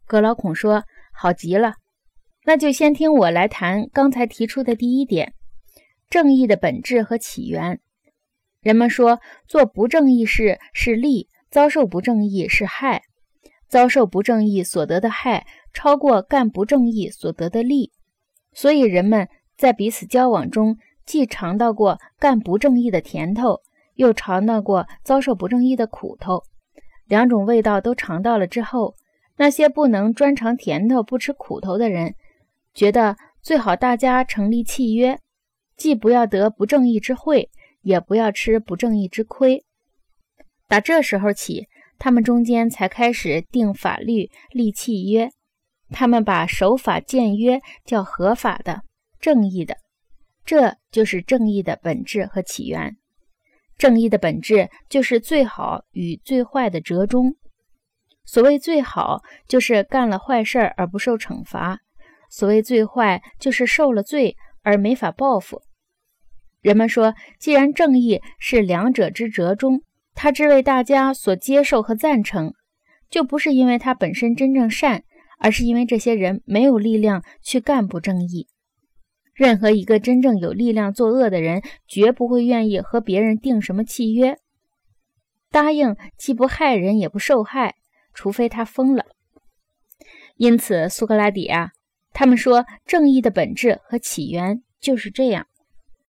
格劳孔说，好极了，那就先听我来谈刚才提出的第一点，正义的本质和起源。人们说做不正义事是利，遭受不正义是害，遭受不正义所得的害超过干不正义所得的利，所以人们在彼此交往中既尝到过干不正义的甜头，又尝到过遭受不正义的苦头，两种味道都尝到了之后，那些不能专尝甜头不吃苦头的人，觉得最好大家成立契约，既不要得不正义之惠，也不要吃不正义之亏。打这时候起，他们中间才开始定法律立契约，他们把守法建约叫合法的、正义的，这就是正义的本质和起源。正义的本质就是最好与最坏的折中。所谓最好，就是干了坏事而不受惩罚；所谓最坏，就是受了罪而没法报复。人们说，既然正义是两者之折中，它之为大家所接受和赞成，就不是因为它本身真正善，而是因为这些人没有力量去干不正义。任何一个真正有力量作恶的人，绝不会愿意和别人定什么契约，答应既不害人也不受害，除非他疯了。因此苏格拉底他们说正义的本质和起源就是这样。